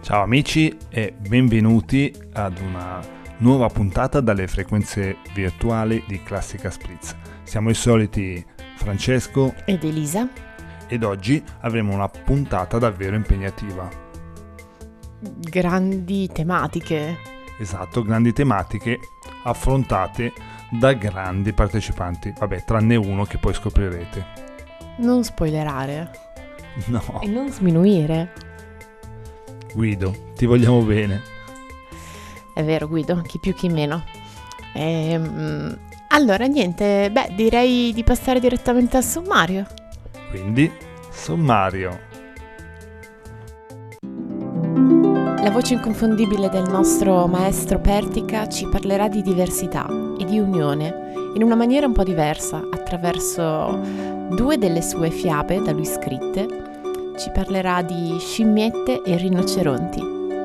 Ciao amici e benvenuti ad una nuova puntata dalle frequenze virtuali di Classica Spritz. Siamo i soliti Francesco ed Elisa ed oggi avremo una puntata davvero impegnativa. Grandi tematiche. Esatto, grandi tematiche affrontate da grandi partecipanti. Vabbè, tranne uno che poi scoprirete. Non spoilerare. No. E non sminuire. Guido, ti vogliamo bene. È vero Guido, chi più chi meno. Allora niente, direi di passare direttamente al sommario. Quindi, sommario. La voce inconfondibile del nostro maestro Pertica ci parlerà di diversità e di unione in una maniera un po' diversa, attraverso due delle sue fiabe da lui scritte. Ci parlerà di scimmiette e rinoceronti.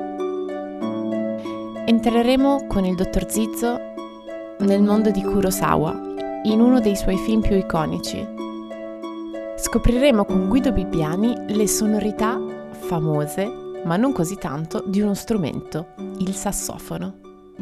Entreremo con il dottor Zizzo nel mondo di Kurosawa, in uno dei suoi film più iconici. Scopriremo con Guido Bibbiani le sonorità famose, ma non così tanto, di uno strumento, il sassofono.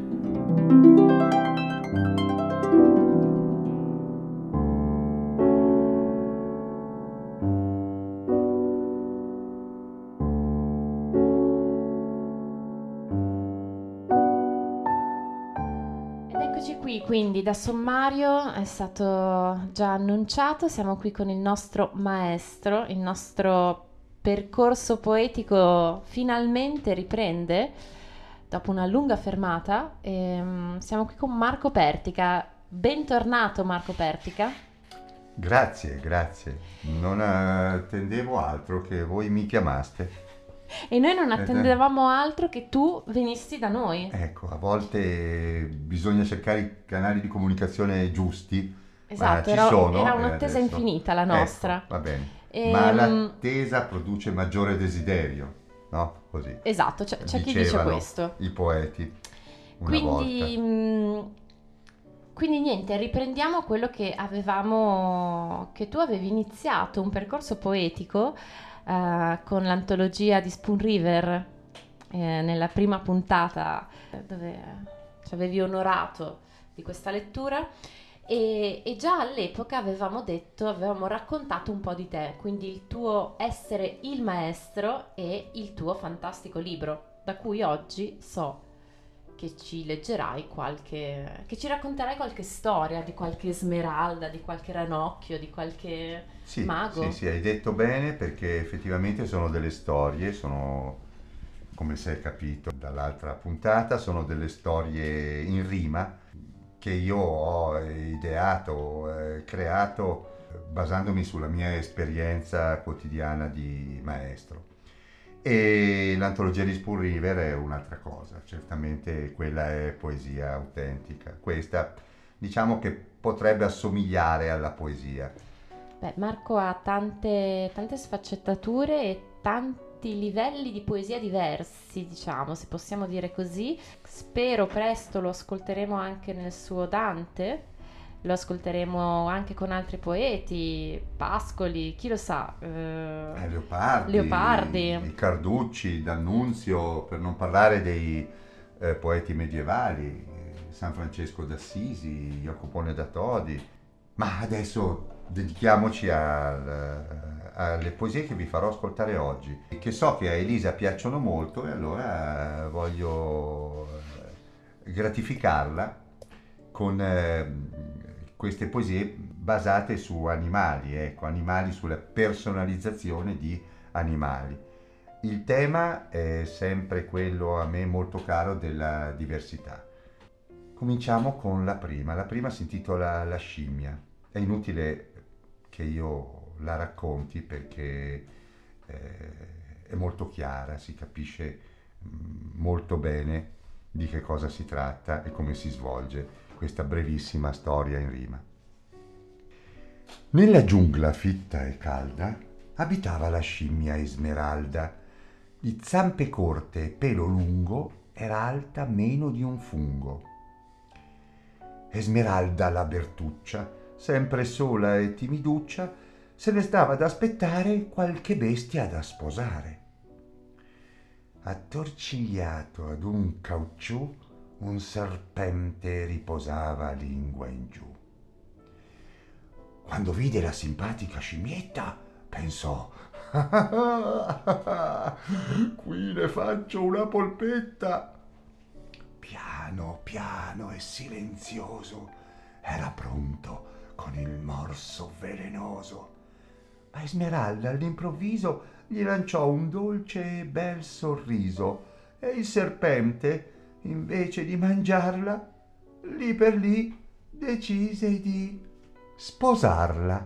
Ed eccoci qui, quindi da sommario è stato già annunciato, siamo qui con il nostro maestro, il nostro percorso poetico finalmente riprende dopo una lunga fermata. Siamo qui con Marco Pertica. Bentornato Marco Pertica. Grazie. Non attendevo altro che voi mi chiamaste. E noi non attendevamo altro che tu venissi da noi. Ecco, a volte bisogna cercare i canali di comunicazione giusti. Esatto, ma ci sono. Era un'attesa adesso... infinita la nostra. Ecco, va bene. Ma l'attesa produce maggiore desiderio, no? Così. Esatto, c'è chi dice questo. I poeti una volta. Quindi niente, riprendiamo quello che tu avevi iniziato, un percorso poetico con l'antologia di Spoon River nella prima puntata dove ci avevi onorato di questa lettura. E già all'epoca avevamo raccontato un po' di te, quindi il tuo essere il maestro e il tuo fantastico libro, da cui oggi so che ci leggerai che ci racconterai qualche storia di qualche Esmeralda, di qualche Ranocchio, di qualche mago. Sì, hai detto bene, perché effettivamente sono delle storie, come si è capito dall'altra puntata, sono delle storie in rima che io ho ideato, creato basandomi sulla mia esperienza quotidiana di maestro. E l'antologia di Spoon River è un'altra cosa, certamente quella è poesia autentica. Questa diciamo che potrebbe assomigliare alla poesia. Marco ha tante sfaccettature e tanti livelli di poesia diversi, diciamo, se possiamo dire così. Spero presto lo ascolteremo anche nel suo Dante, lo ascolteremo anche con altri poeti, Pascoli, chi lo sa. Leopardi, i Carducci, D'Annunzio, per non parlare dei poeti medievali, San Francesco d'Assisi, Jacopone da Todi. Ma adesso dedichiamoci alle poesie che vi farò ascoltare oggi, che so che a Elisa piacciono molto, e allora voglio gratificarla con queste poesie basate su animali, animali, sulla personalizzazione di animali. Il tema è sempre quello a me molto caro della diversità. Cominciamo con la prima. La prima si intitola La scimmia. È inutile che io la racconti perché è molto chiara, si capisce molto bene di che cosa si tratta e come si svolge questa brevissima storia in rima. Nella giungla fitta e calda abitava la scimmia Esmeralda. Di zampe corte e pelo lungo, era alta meno di un fungo. Esmeralda la bertuccia, sempre sola e timiduccia, se ne stava ad aspettare qualche bestia da sposare. Attorcigliato ad un caucciù, un serpente riposava lingua in giù. Quando vide la simpatica scimmietta, pensò: qui ne faccio una polpetta. Piano piano e silenzioso era pronto con il morso velenoso. Ma Esmeralda all'improvviso gli lanciò un dolce e bel sorriso e il serpente, invece di mangiarla, lì per lì decise di sposarla.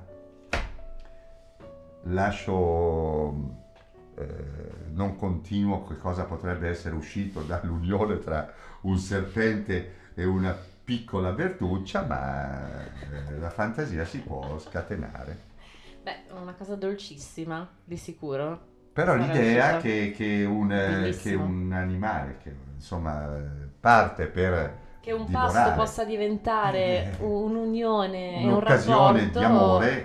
Lascio, non continuo che cosa potrebbe essere uscito dall'unione tra un serpente e una piccola Bertuccia, ma la fantasia si può scatenare. Beh, una cosa dolcissima, di sicuro. Però Sarà l'idea uscita. che Bellissimo. un animale che insomma parte per Che un pasto divorare possa diventare un'unione e un un'occasione rapporto. di amore,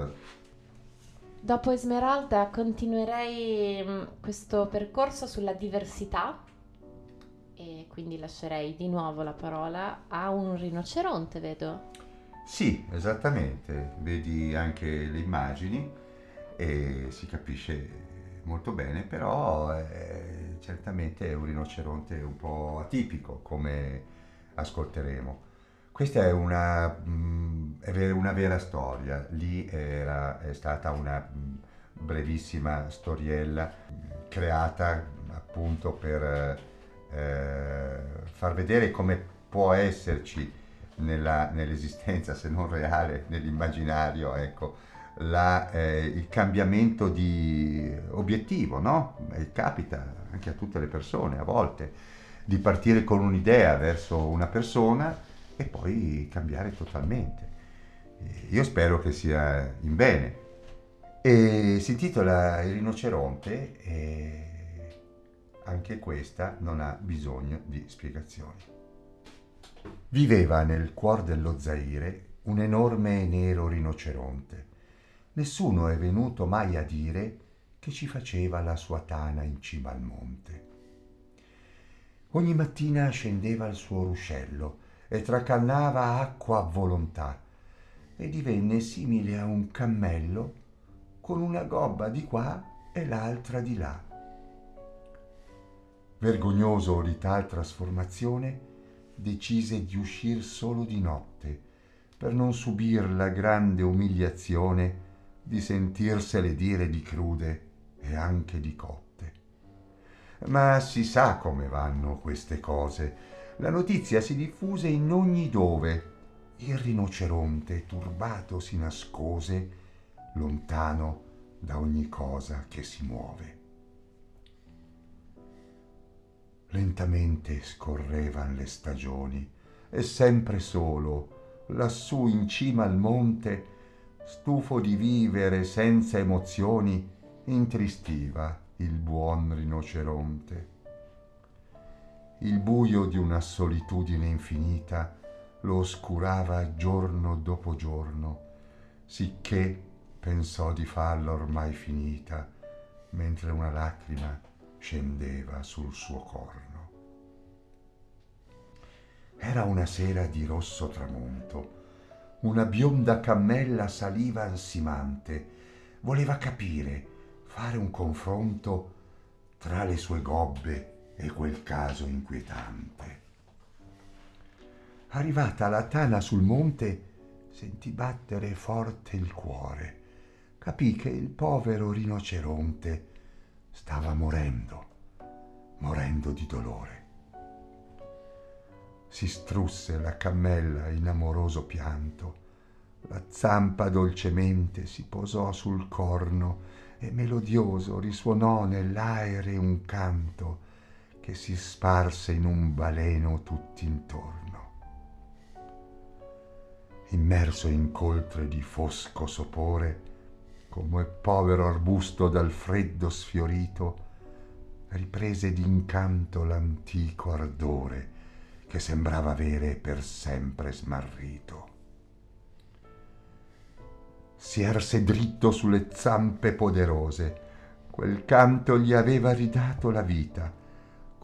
Dopo Esmeralda continuerei questo percorso sulla diversità e quindi lascerei di nuovo la parola a un rinoceronte, vedo. sì, esattamente, vedi anche le immagini e si capisce molto bene, però certamente è un rinoceronte un po' atipico, come ascolteremo. Questa è una vera storia. Lì è stata una brevissima storiella creata appunto per far vedere come può esserci nell'esistenza, se non reale, nell'immaginario, ecco, il cambiamento di obiettivo, no? E capita anche a tutte le persone a volte di partire con un'idea verso una persona e poi cambiare totalmente. Io spero che sia in bene. E si intitola Il rinoceronte e anche questa non ha bisogno di spiegazioni. Viveva nel cuor dello Zaire un enorme e nero rinoceronte. Nessuno è venuto mai a dire che ci faceva la sua tana in cima al monte. Ogni mattina scendeva al suo ruscello e tracannava acqua a volontà e divenne simile a un cammello con una gobba di qua e l'altra di là. Vergognoso di tal trasformazione, decise di uscir solo di notte per non subir la grande umiliazione di sentirsele dire di crude e anche di cotte. Ma si sa come vanno queste cose. La notizia si diffuse in ogni dove. Il rinoceronte turbato si nascose lontano da ogni cosa che si muove. Lentamente scorrevan le stagioni e sempre solo, lassù in cima al monte, stufo di vivere senza emozioni, intristiva il buon rinoceronte. Il buio di una solitudine infinita lo oscurava giorno dopo giorno, sicché pensò di farla ormai finita, mentre una lacrima scendeva sul suo corno. Era una sera di rosso tramonto. Una bionda cammella saliva ansimante. Voleva capire, fare un confronto tra le sue gobbe e quel caso inquietante. Arrivata la tana sul monte, sentì battere forte il cuore. Capì che il povero rinoceronte stava morendo di dolore. Si strusse la cammella in amoroso pianto, la zampa dolcemente si posò sul corno e melodioso risuonò nell'aere un canto che si sparse in un baleno tutt'intorno. Immerso in coltre di fosco sopore, come povero arbusto dal freddo sfiorito, riprese d'incanto l'antico ardore che sembrava avere per sempre smarrito. Si erse dritto sulle zampe poderose, quel canto gli aveva ridato la vita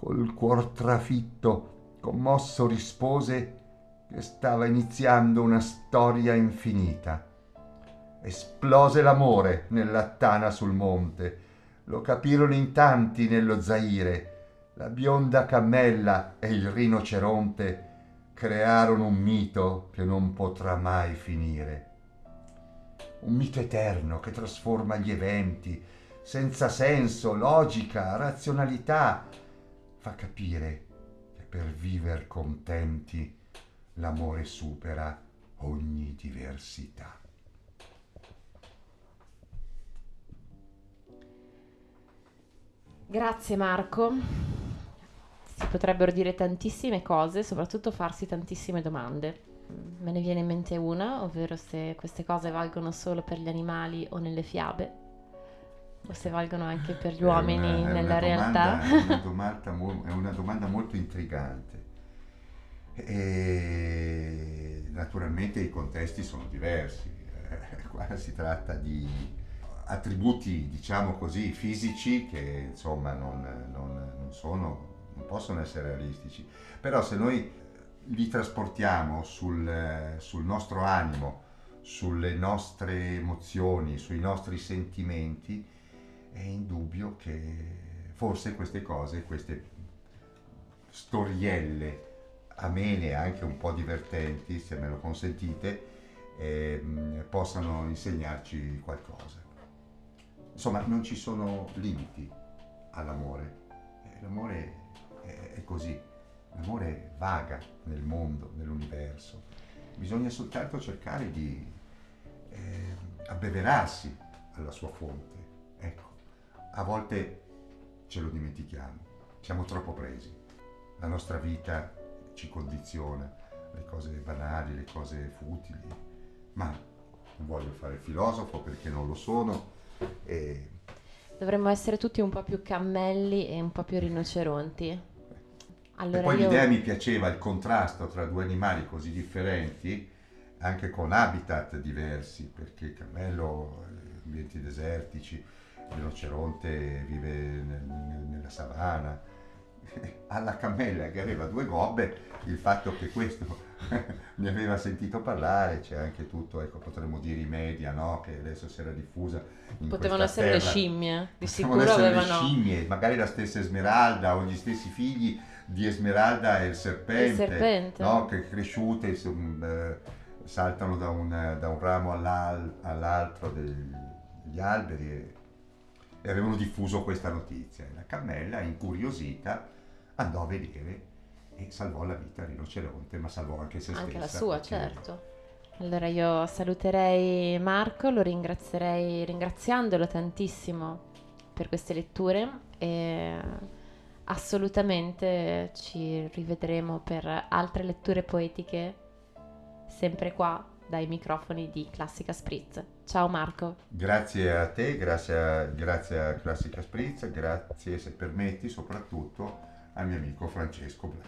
col cuor trafitto, commosso rispose che stava iniziando una storia infinita. Esplose l'amore nella tana sul monte, lo capirono in tanti nello Zaire. La bionda cammella e il rinoceronte crearono un mito che non potrà mai finire. Un mito eterno che trasforma gli eventi, senza senso, logica, razionalità, fa capire che per viver contenti l'amore supera ogni diversità. Grazie Marco, si potrebbero dire tantissime cose, soprattutto farsi tantissime domande. Me ne viene in mente una, ovvero se queste cose valgono solo per gli animali o nelle fiabe, o se valgono anche per gli uomini nella realtà. È una domanda molto intrigante. E naturalmente i contesti sono diversi. Qua si tratta di attributi, diciamo così, fisici che insomma non possono essere realistici. Però se noi li trasportiamo sul nostro animo, sulle nostre emozioni, sui nostri sentimenti, è indubbio che forse queste cose, queste storielle amene, anche un po' divertenti, se me lo consentite, possano insegnarci qualcosa. Insomma, non ci sono limiti all'amore. L'amore è così. L'amore vaga nel mondo, nell'universo. Bisogna soltanto cercare di abbeverarsi alla sua fonte. Ecco, a volte ce lo dimentichiamo, siamo troppo presi. La nostra vita ci condiziona, le cose banali, le cose futili, ma non voglio fare il filosofo perché non lo sono. Dovremmo essere tutti un po' più cammelli e un po' più rinoceronti. Allora e poi l'idea mi piaceva, il contrasto tra due animali così differenti, anche con habitat diversi, perché il cammello in ambienti desertici, il rinoceronte vive nella savana. Alla cammella che aveva due gobbe, il fatto che questo ne aveva sentito parlare, c'è anche tutto, ecco, potremmo dire i media, no? Che adesso si era diffusa in potevano questa essere terra. le scimmie, di Potevano sicuro essere avevano le scimmie, magari la stessa Esmeralda o gli stessi figli di Esmeralda e il serpente. No? Che cresciute saltano da un ramo all'altro degli alberi e avevano diffuso questa notizia. La cammella, incuriosita, andò a vedere e salvò la vita al rinoceronte, ma salvò anche se stessa. Anche la sua, certo. Allora io saluterei Marco, lo ringrazierei ringraziandolo tantissimo per queste letture e assolutamente ci rivedremo per altre letture poetiche sempre qua dai microfoni di Classica Spritz. Ciao Marco. Grazie a te, grazie a Classica Spritz, grazie, se permetti, soprattutto al mio amico Francesco Blanca.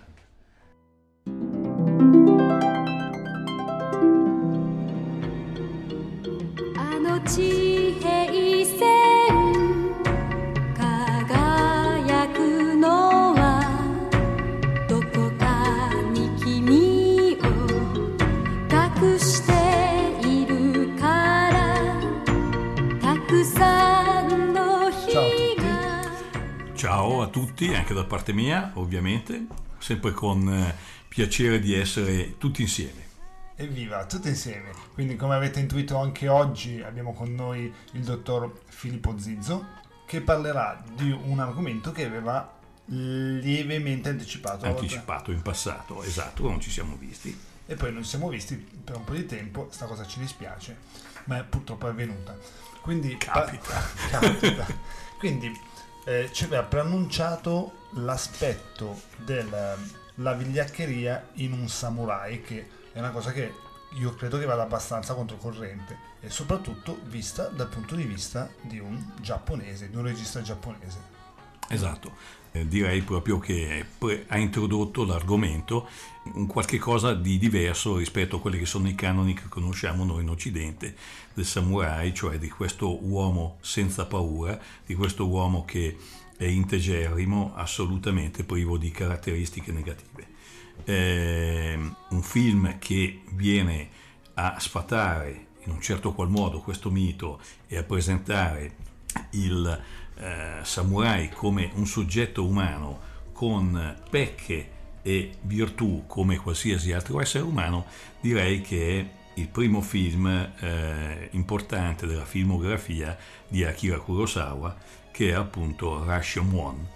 Ciao a tutti, anche da parte mia, ovviamente, sempre con piacere di essere tutti insieme. Evviva, tutti insieme. Quindi, come avete intuito, anche oggi abbiamo con noi il dottor Filippo Zizzo, che parlerà di un argomento che aveva lievemente anticipato in passato, esatto, non ci siamo visti. E poi non ci siamo visti per un po' di tempo, sta cosa ci dispiace, ma purtroppo è avvenuta. Quindi capita. Quindi ci aveva preannunciato l'aspetto della vigliaccheria in un samurai, che è una cosa che io credo che vada abbastanza controcorrente, e soprattutto vista dal punto di vista di un giapponese, di un regista giapponese. Esatto, direi proprio che ha introdotto l'argomento, un qualche cosa di diverso rispetto a quelli che sono i canoni che conosciamo noi in Occidente del samurai, cioè di questo uomo senza paura, di questo uomo che è integerrimo, assolutamente privo di caratteristiche negative. Un film che viene a sfatare in un certo qual modo questo mito e a presentare il samurai come un soggetto umano con pecche e virtù come qualsiasi altro essere umano, direi che è il primo film importante della filmografia di Akira Kurosawa, che è appunto Rashomon.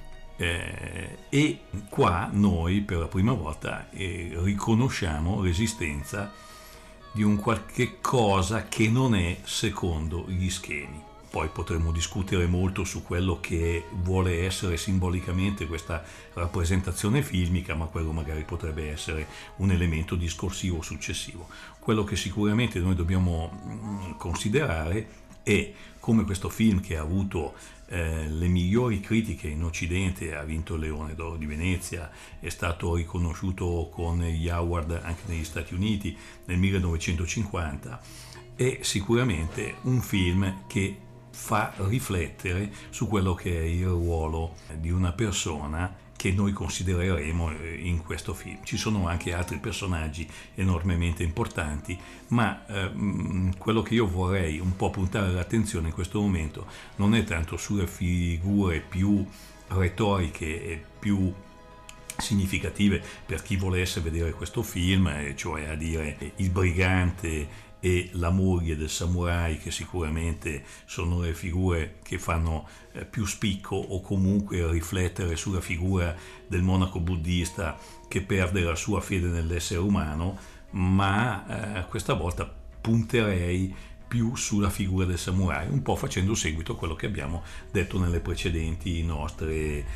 E qua noi per la prima volta riconosciamo l'esistenza di un qualche cosa che non è secondo gli schemi. Poi potremmo discutere molto su quello che vuole essere simbolicamente questa rappresentazione filmica, ma quello magari potrebbe essere un elemento discorsivo successivo. Quello che sicuramente noi dobbiamo considerare è come questo film, che ha avuto le migliori critiche in Occidente, ha vinto il Leone d'Oro di Venezia, è stato riconosciuto con gli award anche negli Stati Uniti nel 1950, è sicuramente un film che fa riflettere su quello che è il ruolo di una persona che noi considereremo in questo film. Ci sono anche altri personaggi enormemente importanti, ma quello che io vorrei un po' puntare l'attenzione in questo momento non è tanto sulle figure più retoriche e più significative per chi volesse vedere questo film, cioè a dire il brigante e la moglie del samurai, che sicuramente sono le figure che fanno più spicco o comunque riflettere sulla figura del monaco buddista che perde la sua fede nell'essere umano, ma questa volta punterei più sulla figura del samurai, un po' facendo seguito a quello che abbiamo detto nelle precedenti nostre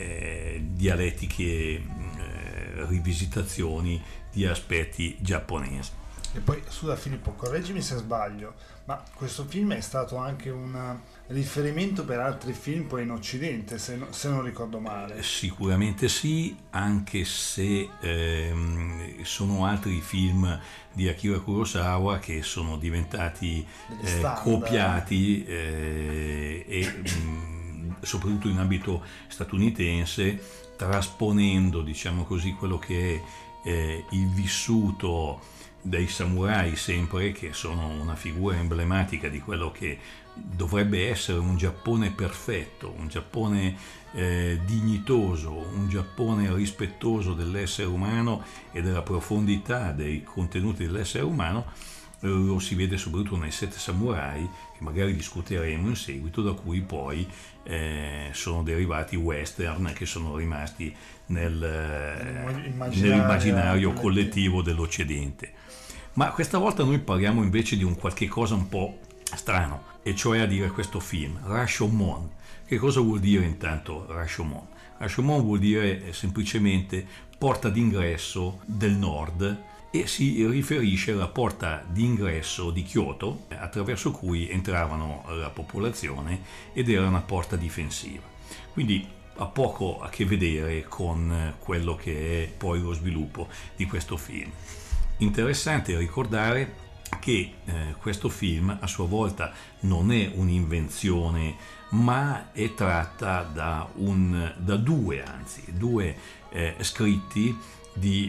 dialettiche rivisitazioni di aspetti giapponesi. E poi, scusa Filippo, correggimi se sbaglio, ma questo film è stato anche un riferimento per altri film poi in Occidente, se non ricordo male. Sicuramente sì, anche se sono altri film di Akira Kurosawa che sono diventati copiati e soprattutto in ambito statunitense, trasponendo, diciamo così, quello che è il vissuto dei samurai, sempre, che sono una figura emblematica di quello che dovrebbe essere un Giappone perfetto, un Giappone dignitoso, un Giappone rispettoso dell'essere umano e della profondità dei contenuti dell'essere umano. Lo si vede soprattutto nei Sette Samurai, che magari discuteremo in seguito, da cui poi sono derivati western che sono rimasti nell'immaginario collettivo dell'Occidente. Ma questa volta noi parliamo invece di un qualche cosa un po' strano, e cioè a dire questo film, Rashomon. Che cosa vuol dire intanto Rashomon? Rashomon vuol dire semplicemente porta d'ingresso del nord, e si riferisce alla porta d'ingresso di Kyoto, attraverso cui entravano la popolazione, ed era una porta difensiva. Quindi ha poco a che vedere con quello che è poi lo sviluppo di questo film. Interessante ricordare che questo film a sua volta non è un'invenzione, ma è tratta da due scritti di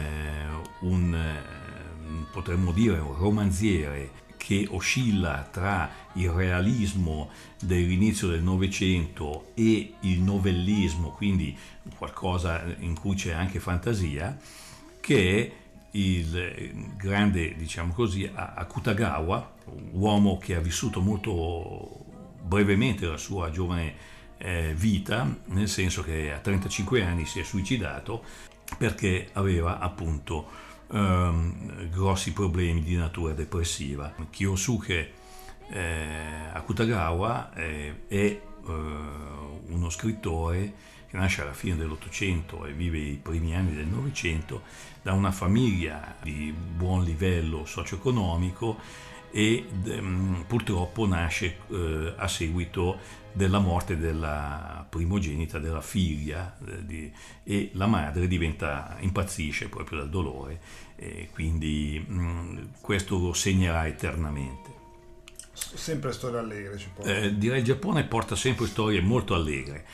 potremmo dire un romanziere che oscilla tra il realismo dell'inizio del Novecento e il novellismo, quindi qualcosa in cui c'è anche fantasia, che è il grande, diciamo così, Akutagawa, uomo che ha vissuto molto brevemente la sua giovane vita, nel senso che a 35 anni si è suicidato perché aveva appunto grossi problemi di natura depressiva. Kiyosuke Akutagawa è uno scrittore che nasce alla fine dell'Ottocento e vive i primi anni del Novecento, da una famiglia di buon livello socio-economico, e purtroppo nasce a seguito della morte della primogenita della figlia, e la madre impazzisce proprio dal dolore, e quindi questo lo segnerà eternamente. Sempre storie allegre ci può. Direi il Giappone porta sempre storie molto allegre.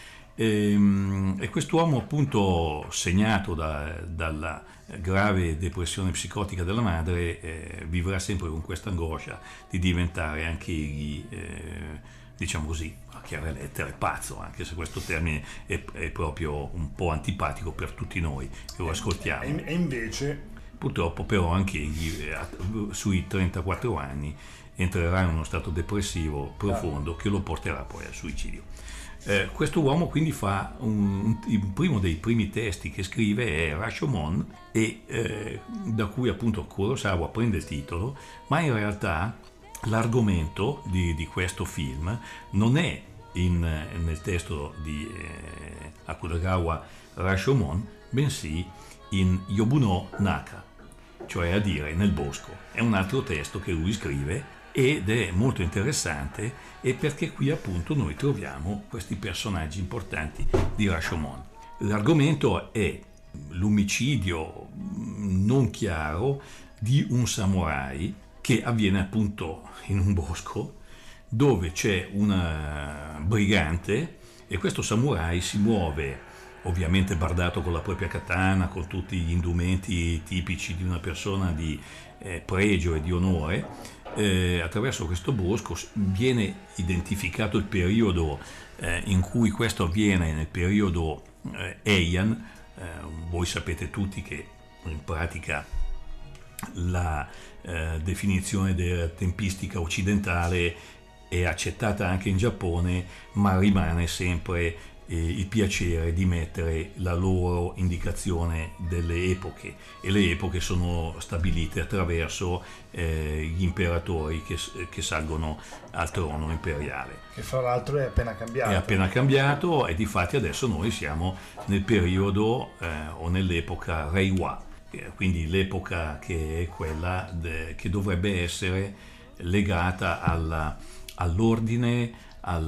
E quest'uomo, appunto, segnato dalla grave depressione psicotica della madre, vivrà sempre con questa angoscia di diventare anche egli, diciamo così, a chiare lettere, pazzo, anche se questo termine è proprio un po' antipatico per tutti noi che lo ascoltiamo. E invece... Purtroppo però anche egli sui 34 anni entrerà in uno stato depressivo profondo che lo porterà poi al suicidio. Questo uomo quindi fa il primo dei primi testi che scrive è Rashomon, e da cui appunto Kurosawa prende il titolo, ma in realtà l'argomento di questo film non è nel testo di Akutagawa Rashomon, bensì in Yobuno Naka, cioè a dire nel bosco. È un altro testo che lui scrive ed è molto interessante, e perché qui appunto noi troviamo questi personaggi importanti di Rashomon. L'argomento è l'omicidio non chiaro di un samurai che avviene appunto in un bosco dove c'è un brigante, e questo samurai si muove ovviamente bardato con la propria katana, con tutti gli indumenti tipici di una persona di pregio e di onore, attraverso questo bosco. Viene identificato il periodo in cui questo avviene, nel periodo Heian. Voi sapete tutti che in pratica la definizione della tempistica occidentale è accettata anche in Giappone, ma rimane sempre il piacere di mettere la loro indicazione delle epoche, e le epoche sono stabilite attraverso gli imperatori che salgono al trono imperiale. Che fra l'altro è appena cambiato. È appena cambiato, e difatti adesso noi siamo nel periodo o nell'epoca Reiwa, quindi l'epoca che è quella che dovrebbe essere legata all'ordine,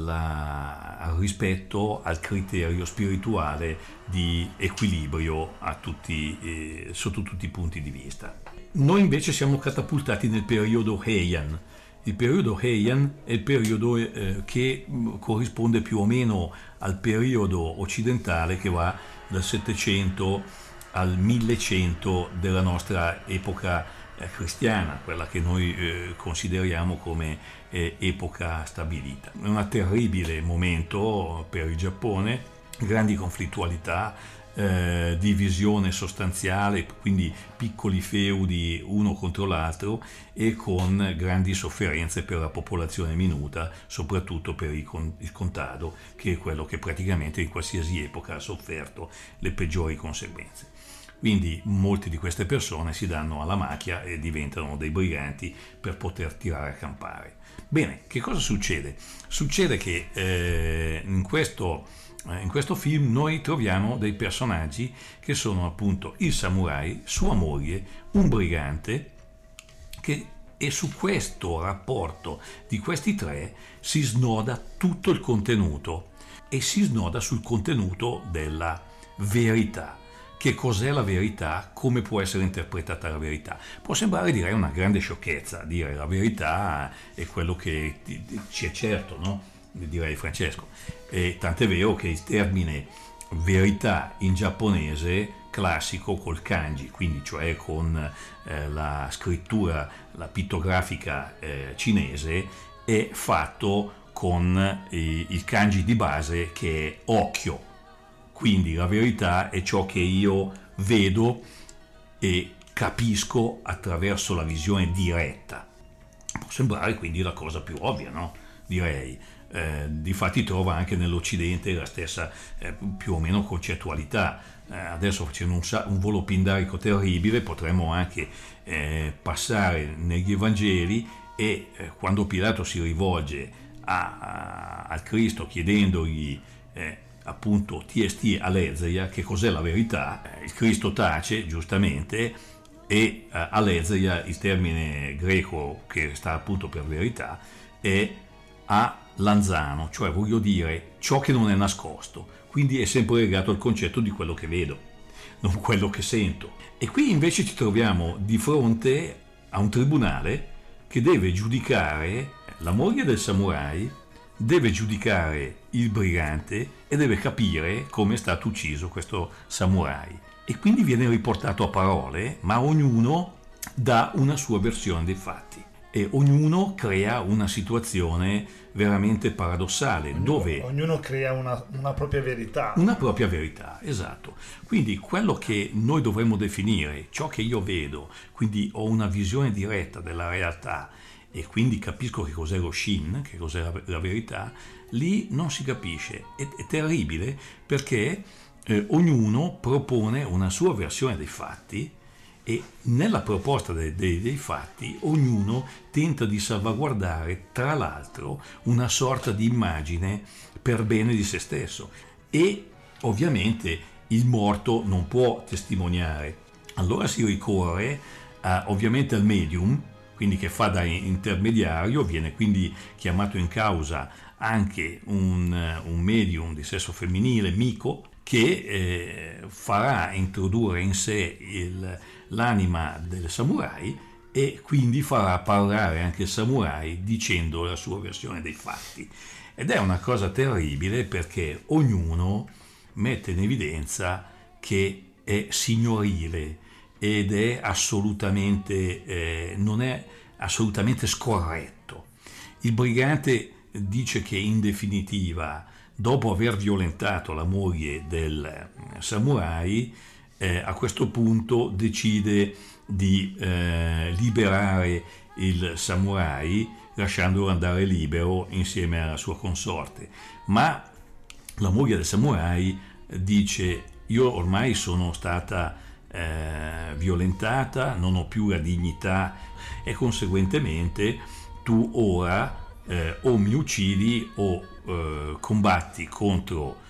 al rispetto, al criterio spirituale di equilibrio sotto tutti i punti di vista. Noi invece siamo catapultati nel periodo Heian. Il periodo Heian è il periodo che corrisponde più o meno al periodo occidentale che va dal 700 al 1100 della nostra epoca cristiana, quella che noi consideriamo come epoca stabilita. È un terribile momento per il Giappone, grandi conflittualità, divisione sostanziale, quindi piccoli feudi uno contro l'altro, e con grandi sofferenze per la popolazione minuta, soprattutto per il contado, che è quello che praticamente in qualsiasi epoca ha sofferto le peggiori conseguenze. Quindi molte di queste persone si danno alla macchia e diventano dei briganti per poter tirare a campare. Bene, che cosa succede? Succede che in questo film noi troviamo dei personaggi che sono appunto il samurai, sua moglie, un brigante, e su questo rapporto di questi tre si snoda tutto il contenuto, e si snoda sul contenuto della verità. Che cos'è la verità? Come può essere interpretata la verità? Può sembrare, direi, una grande sciocchezza dire la verità è quello che ci è certo, no? Direi Francesco. E tant'è vero che il termine verità in giapponese classico col kanji, quindi cioè con la scrittura, la pittografica cinese, è fatto con il kanji di base che è occhio. Quindi la verità è ciò che io vedo e capisco attraverso la visione diretta. Può sembrare quindi la cosa più ovvia, no? Direi. Difatti trova anche nell'Occidente la stessa più o meno concettualità. Adesso, facendo un volo pindarico terribile, potremmo anche passare negli Evangeli, e quando Pilato si rivolge al Cristo chiedendogli appunto TST aletheia, che cos'è la verità, il Cristo tace giustamente, e aletheia, il termine greco che sta appunto per verità, è a lanzano, cioè voglio dire ciò che non è nascosto, quindi è sempre legato al concetto di quello che vedo, non quello che sento. E qui invece ci troviamo di fronte a un tribunale che deve giudicare la moglie del samurai deve giudicare il brigante e deve capire come è stato ucciso questo samurai, e quindi viene riportato a parole, ma ognuno dà una sua versione dei fatti e ognuno crea una situazione veramente paradossale, dove ognuno crea una propria verità. Una propria verità, esatto. Quindi quello che noi dovremmo definire, ciò che io vedo, quindi ho una visione diretta della realtà e quindi capisco che cos'è lo shin, che cos'è la verità, lì non si capisce. È terribile perché ognuno propone una sua versione dei fatti, e nella proposta dei fatti ognuno tenta di salvaguardare tra l'altro una sorta di immagine per bene di se stesso, e ovviamente il morto non può testimoniare. Allora si ricorre ovviamente al medium, quindi che fa da intermediario, viene quindi chiamato in causa anche un medium di sesso femminile, Miko, che farà introdurre in sé l'anima del samurai e quindi farà parlare anche il samurai dicendo la sua versione dei fatti. Ed è una cosa terribile perché ognuno mette in evidenza che è signorile ed è assolutamente non è assolutamente scorretto. Il brigante dice che in definitiva, dopo aver violentato la moglie del samurai, a questo punto decide di liberare il samurai lasciandolo andare libero insieme alla sua consorte. Ma la moglie del samurai dice: io ormai sono stata violentata, non ho più la dignità e conseguentemente tu ora o mi uccidi o combatti contro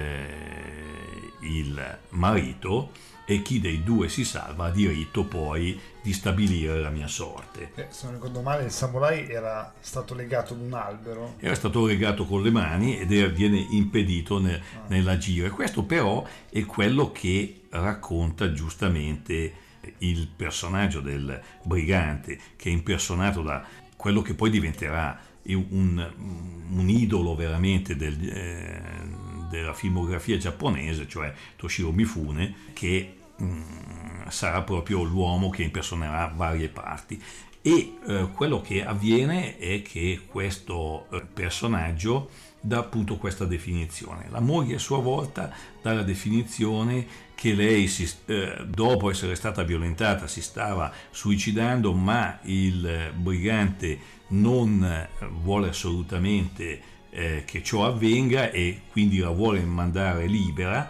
il marito, e chi dei due si salva ha diritto poi di stabilire la mia sorte. Se non ricordo male, il samurai era stato legato ad un albero. Era stato legato con le mani ed viene impedito nell'agire. Questo però è quello che racconta giustamente il personaggio del brigante, che è impersonato da quello che poi diventerà un idolo veramente della filmografia giapponese, cioè Toshiro Mifune, che sarà proprio l'uomo che impersonerà varie parti. E quello che avviene è che questo personaggio dà appunto questa definizione. La moglie a sua volta dà la definizione che lei dopo essere stata violentata si stava suicidando, ma il brigante non vuole assolutamente che ciò avvenga e quindi la vuole mandare libera.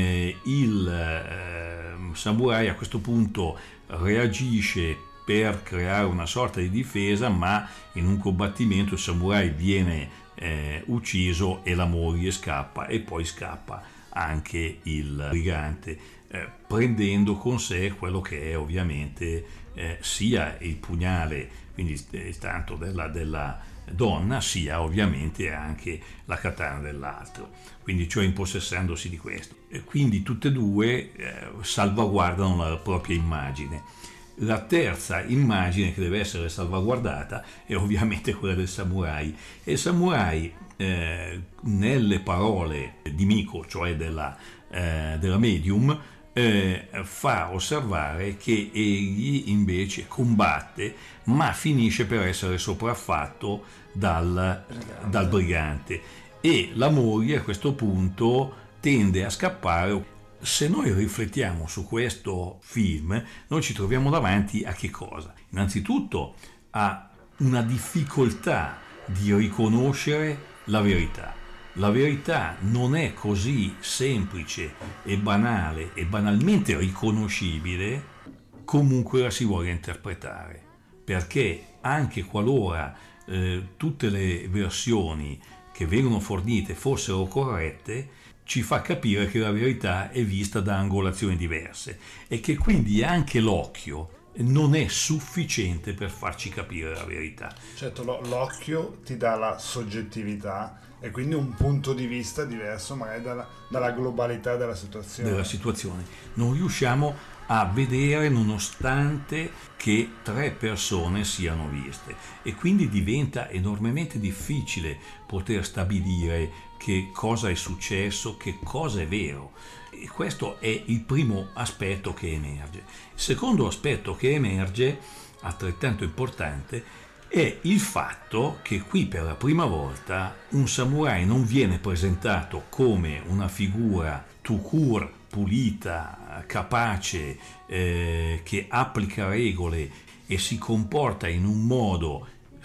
Il samurai a questo punto reagisce per creare una sorta di difesa, ma in un combattimento il samurai viene ucciso e la moglie scappa, e poi scappa anche il brigante, prendendo con sé quello che è ovviamente sia il pugnale, quindi tanto della donna, sia ovviamente anche la katana dell'altro, quindi cioè impossessandosi di questo. E quindi tutte e due salvaguardano la propria immagine. La terza immagine che deve essere salvaguardata è ovviamente quella del samurai, e il samurai nelle parole di Miko, cioè della medium, fa osservare che egli invece combatte, ma finisce per essere sopraffatto dal brigante, e la moglie a questo punto tende a scappare. Se noi riflettiamo su questo film, noi ci troviamo davanti a che cosa? Innanzitutto a una difficoltà di riconoscere la verità. La verità non è così semplice e banale e banalmente riconoscibile, comunque la si vuole interpretare, perché anche qualora tutte le versioni che vengono fornite fossero corrette, ci fa capire che la verità è vista da angolazioni diverse e che quindi anche l'occhio non è sufficiente per farci capire la verità. Certo, l'occhio ti dà la soggettività E quindi un punto di vista diverso magari dalla globalità della situazione. Non riusciamo a vedere nonostante che 3 persone siano viste, e quindi diventa enormemente difficile poter stabilire che cosa è successo, che cosa è vero. E questo è il primo aspetto che emerge. Il secondo aspetto che emerge, altrettanto importante, è il fatto che qui per la prima volta un samurai non viene presentato come una figura tout court, pulita, capace, che applica regole e si comporta in un modo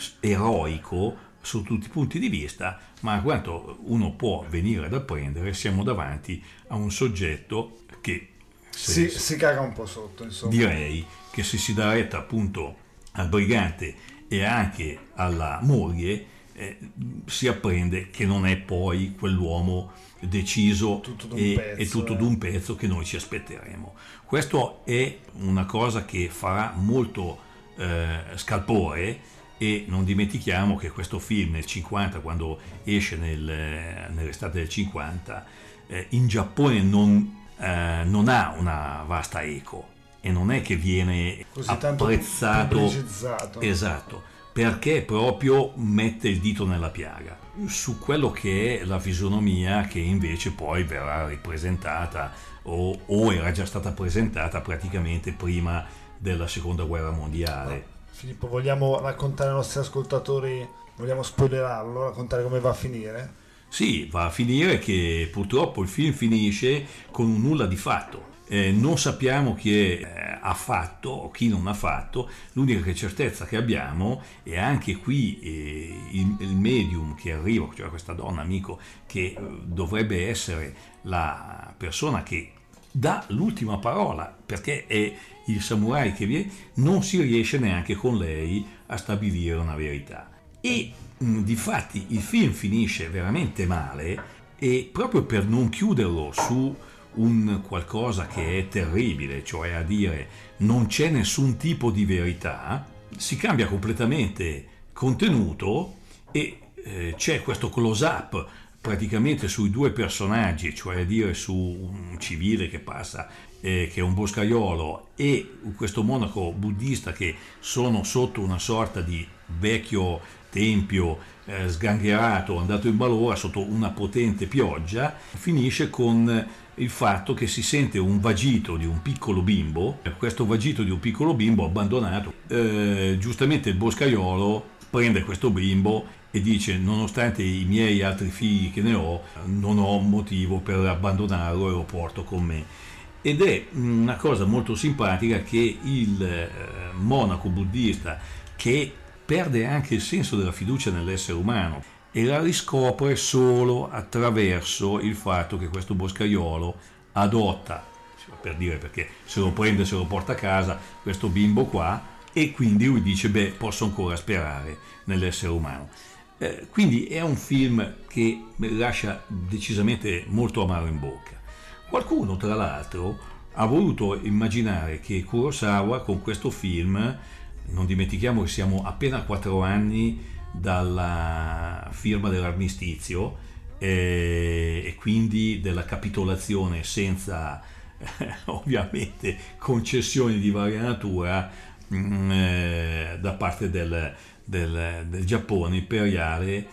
eroico su tutti i punti di vista, ma a quanto uno può venire ad apprendere, siamo davanti a un soggetto che si caga un po' sotto, insomma. Direi che se si dà retta appunto al brigante e anche alla moglie, si apprende che non è poi quell'uomo deciso e tutto d'un pezzo che noi ci aspetteremo. Questo è una cosa che farà molto scalpore, e non dimentichiamo che questo film nel 50, quando esce nell'estate del 50, in Giappone non ha una vasta eco, e non è che viene così apprezzato, tanto esatto, perché proprio mette il dito nella piaga su quello che è la fisionomia che invece poi verrà ripresentata o era già stata presentata praticamente prima della seconda guerra mondiale. Filippo, vogliamo raccontare ai nostri ascoltatori, vogliamo spoilerarlo, raccontare come va a finire? Sì, va a finire che purtroppo il film finisce con un nulla di fatto. Non sappiamo chi ha fatto o chi non ha fatto. L'unica certezza che abbiamo è anche qui il medium che arriva, cioè questa donna amico che dovrebbe essere la persona che dà l'ultima parola, perché è il samurai che viene, non si riesce neanche con lei a stabilire una verità. E difatti il film finisce veramente male, e proprio per non chiuderlo su un qualcosa che è terribile, cioè a dire non c'è nessun tipo di verità, si cambia completamente contenuto e c'è questo close-up praticamente sui 2 personaggi, cioè a dire su un civile che passa, che è un boscaiolo, e questo monaco buddista che sono sotto una sorta di vecchio tempio sgangherato, andato in malora sotto una potente pioggia. Finisce con il fatto che si sente un vagito di un piccolo bimbo, questo vagito di un piccolo bimbo abbandonato. Giustamente il boscaiolo prende questo bimbo e dice: nonostante i miei altri figli che ne ho, non ho motivo per abbandonarlo e lo porto con me. Ed è una cosa molto simpatica che il monaco buddista, che perde anche il senso della fiducia nell'essere umano, e la riscopre solo attraverso il fatto che questo boscaiolo adotta, per dire, perché se lo prende, se lo porta a casa, questo bimbo qua, e quindi lui dice: beh, posso ancora sperare nell'essere umano. Quindi è un film che lascia decisamente molto amaro in bocca. Qualcuno, tra l'altro, ha voluto immaginare che Kurosawa con questo film, non dimentichiamo che siamo appena a 4 anni dalla firma dell'armistizio e quindi della capitolazione senza ovviamente concessioni di varia natura da parte del Giappone imperiale,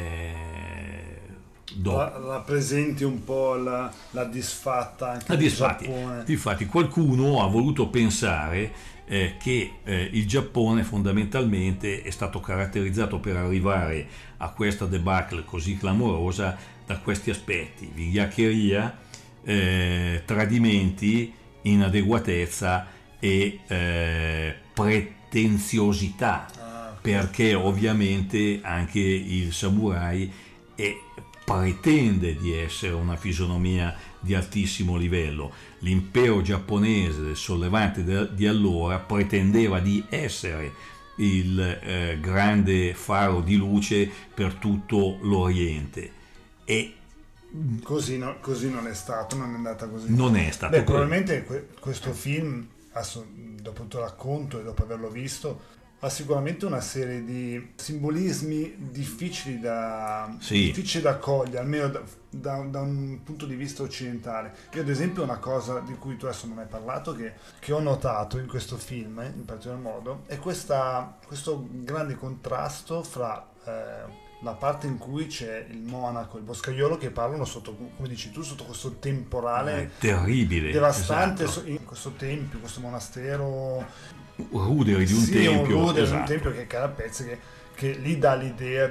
rappresenti un po' la disfatta anche del Giappone. Infatti qualcuno ha voluto pensare che il Giappone fondamentalmente è stato caratterizzato per arrivare a questa debacle così clamorosa da questi aspetti: vigliaccheria, tradimenti, inadeguatezza e pretenziosità, perché ovviamente anche il samurai pretende di essere una fisionomia di altissimo livello. L'impero giapponese del sollevante di allora pretendeva di essere il grande faro di luce per tutto l'Oriente, e così non è stato, non è andata così. Non è stato. Beh, probabilmente questo film, dopo il tuo racconto e dopo averlo visto, ha sicuramente una serie di simbolismi difficili da cogliere, almeno da un punto di vista occidentale. Io ad esempio una cosa di cui tu adesso non hai parlato, che ho notato in questo film, in particolar modo, è questo grande contrasto fra la parte in cui c'è il monaco e il boscaiolo che parlano sotto, come dici tu, sotto questo temporale terribile, devastante, esatto. In questo tempio, questo monastero ruderi di un tempio, un rudere esatto. di un tempio che cade a pezzi, che lì dà l'idea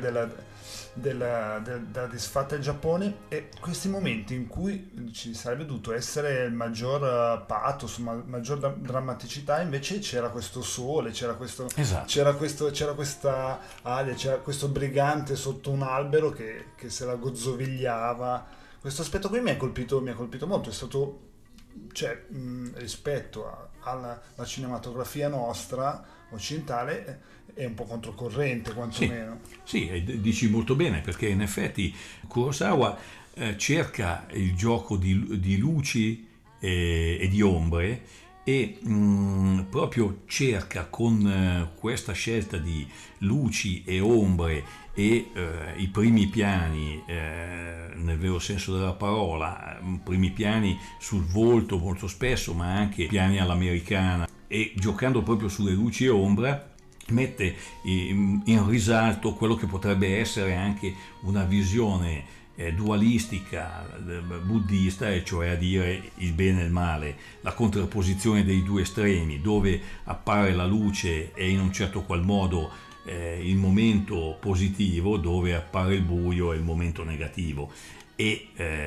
della disfatta del Giappone, e questi momenti in cui ci sarebbe dovuto essere il maggior pathos, maggior drammaticità, invece c'era questo sole, c'era Esatto. c'era questa aria, c'era questo brigante sotto un albero che se la gozzovigliava. Questo aspetto qui mi ha colpito molto, è stato, cioè, rispetto alla cinematografia nostra occidentale, è un po' controcorrente, quantomeno. Sì, dici molto bene, perché in effetti Kurosawa cerca il gioco di luci e di ombre, e proprio cerca con questa scelta di luci e ombre e i primi piani, nel vero senso della parola, primi piani sul volto molto spesso, ma anche piani all'americana, e giocando proprio sulle luci e ombra mette in risalto quello che potrebbe essere anche una visione dualistica buddista, e cioè a dire il bene e il male, la contrapposizione dei due estremi, dove appare la luce e in un certo qual modo il momento positivo, dove appare il buio e il momento negativo. E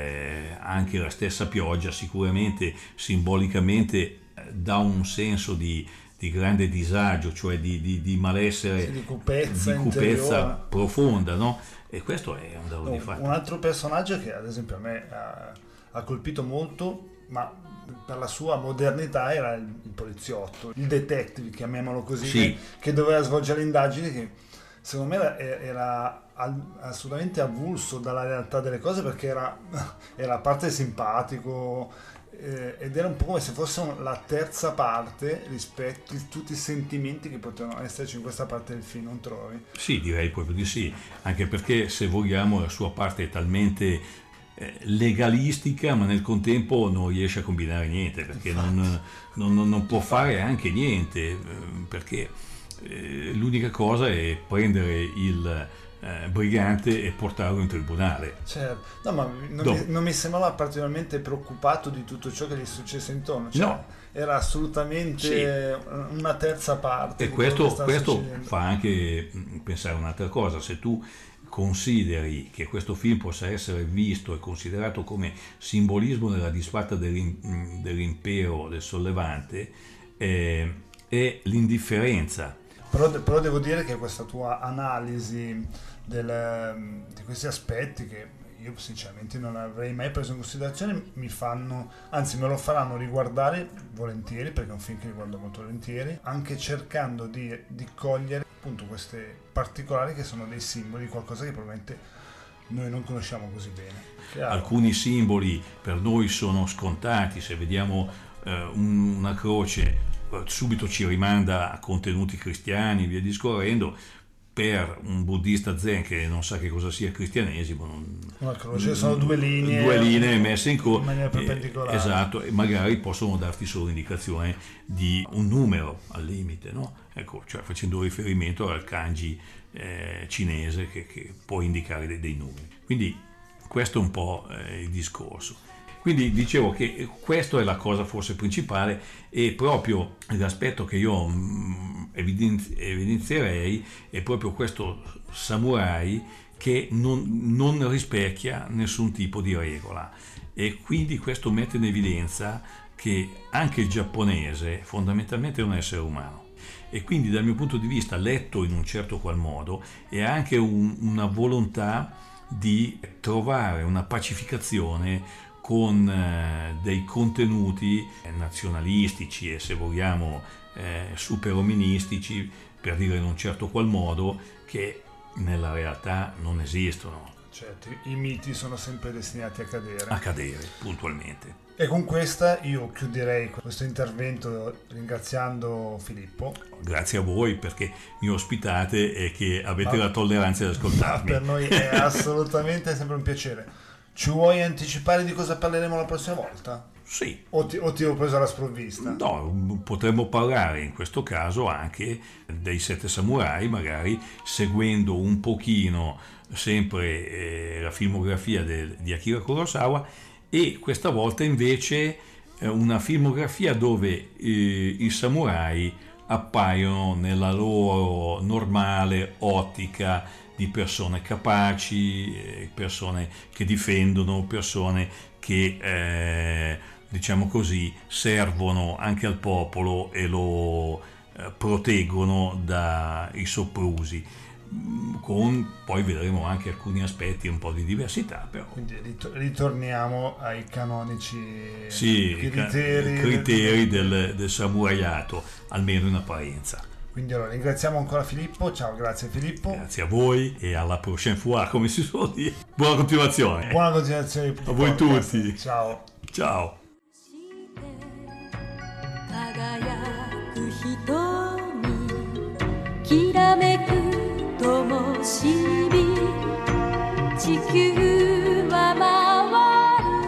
anche la stessa pioggia sicuramente simbolicamente dà un senso di grande disagio, cioè di malessere, di cupezza profonda, no? E questo è un dato di fatto. Un altro personaggio che ad esempio a me ha colpito molto, ma per la sua modernità, era il poliziotto, il detective, chiamiamolo così, Sì. che doveva svolgere le indagini, che secondo me era assolutamente avulso dalla realtà delle cose, perché era a parte simpatico, ed era un po' come se fosse la terza parte rispetto a tutti i sentimenti che potevano esserci in questa parte del film, non trovi? Sì, direi proprio di sì, anche perché, se vogliamo, la sua parte è talmente legalistica, ma nel contempo non riesce a combinare niente, perché non può fare anche niente, perché l'unica cosa è prendere il brigante e portarlo in tribunale. Certo, no, ma non mi sembrava particolarmente preoccupato di tutto ciò che gli successe intorno, cioè, no, era assolutamente una terza parte. E questo fa anche pensare un'altra cosa: se tu consideri che questo film possa essere visto e considerato come simbolismo della disfatta dell'impero del sollevante, è l'indifferenza. Però devo dire che questa tua analisi di questi aspetti, che io sinceramente non avrei mai preso in considerazione, me lo faranno riguardare volentieri, perché è un film che riguardo molto volentieri, anche cercando di cogliere appunto questi particolari che sono dei simboli di qualcosa che probabilmente noi non conosciamo così bene. Chiaro. Alcuni simboli per noi sono scontati, se vediamo una croce subito ci rimanda a contenuti cristiani, via discorrendo. Per un buddista zen che non sa che cosa sia il cristianesimo, una croce sono due linee messe in maniera perpendicolare, esatto, e magari possono darti solo indicazione di un numero al limite, no? Ecco, cioè facendo riferimento al kanji cinese che può indicare dei numeri. Quindi questo è un po' il discorso. Quindi dicevo che questa è la cosa forse principale, e proprio l'aspetto che io evidenzierei è proprio questo samurai che non rispecchia nessun tipo di regola, e quindi questo mette in evidenza che anche il giapponese fondamentalmente è un essere umano, e quindi dal mio punto di vista, letto in un certo qual modo, è anche una volontà di trovare una pacificazione con dei contenuti nazionalistici e, se vogliamo, superoministici, per dire in un certo qual modo, che nella realtà non esistono. Certo, i miti sono sempre destinati a cadere. A cadere, puntualmente. E con questa io chiuderei questo intervento ringraziando Filippo. Grazie a voi perché mi ospitate e che avete la tolleranza di ascoltarmi. Per noi è assolutamente sempre un piacere. Ci vuoi anticipare di cosa parleremo la prossima volta? Sì. O ti ho preso alla sprovvista? No, potremmo parlare in questo caso anche dei 7 samurai, magari seguendo un pochino sempre la filmografia di Akira Kurosawa, e questa volta invece una filmografia dove i samurai appaiono nella loro normale ottica di persone capaci, persone che difendono, persone che diciamo così servono anche al popolo e lo proteggono dai soprusi, con poi vedremo anche alcuni aspetti un po' di diversità, però. Quindi ritorniamo ai canonici criteri del samuraiato, almeno in apparenza. Quindi allora ringraziamo ancora Filippo. Ciao, grazie Filippo. Grazie a voi e alla prochaine fois, come si suol dire. Buona continuazione. Buona continuazione a voi tutti. Ciao. Ciao. きらめく灯火地球は回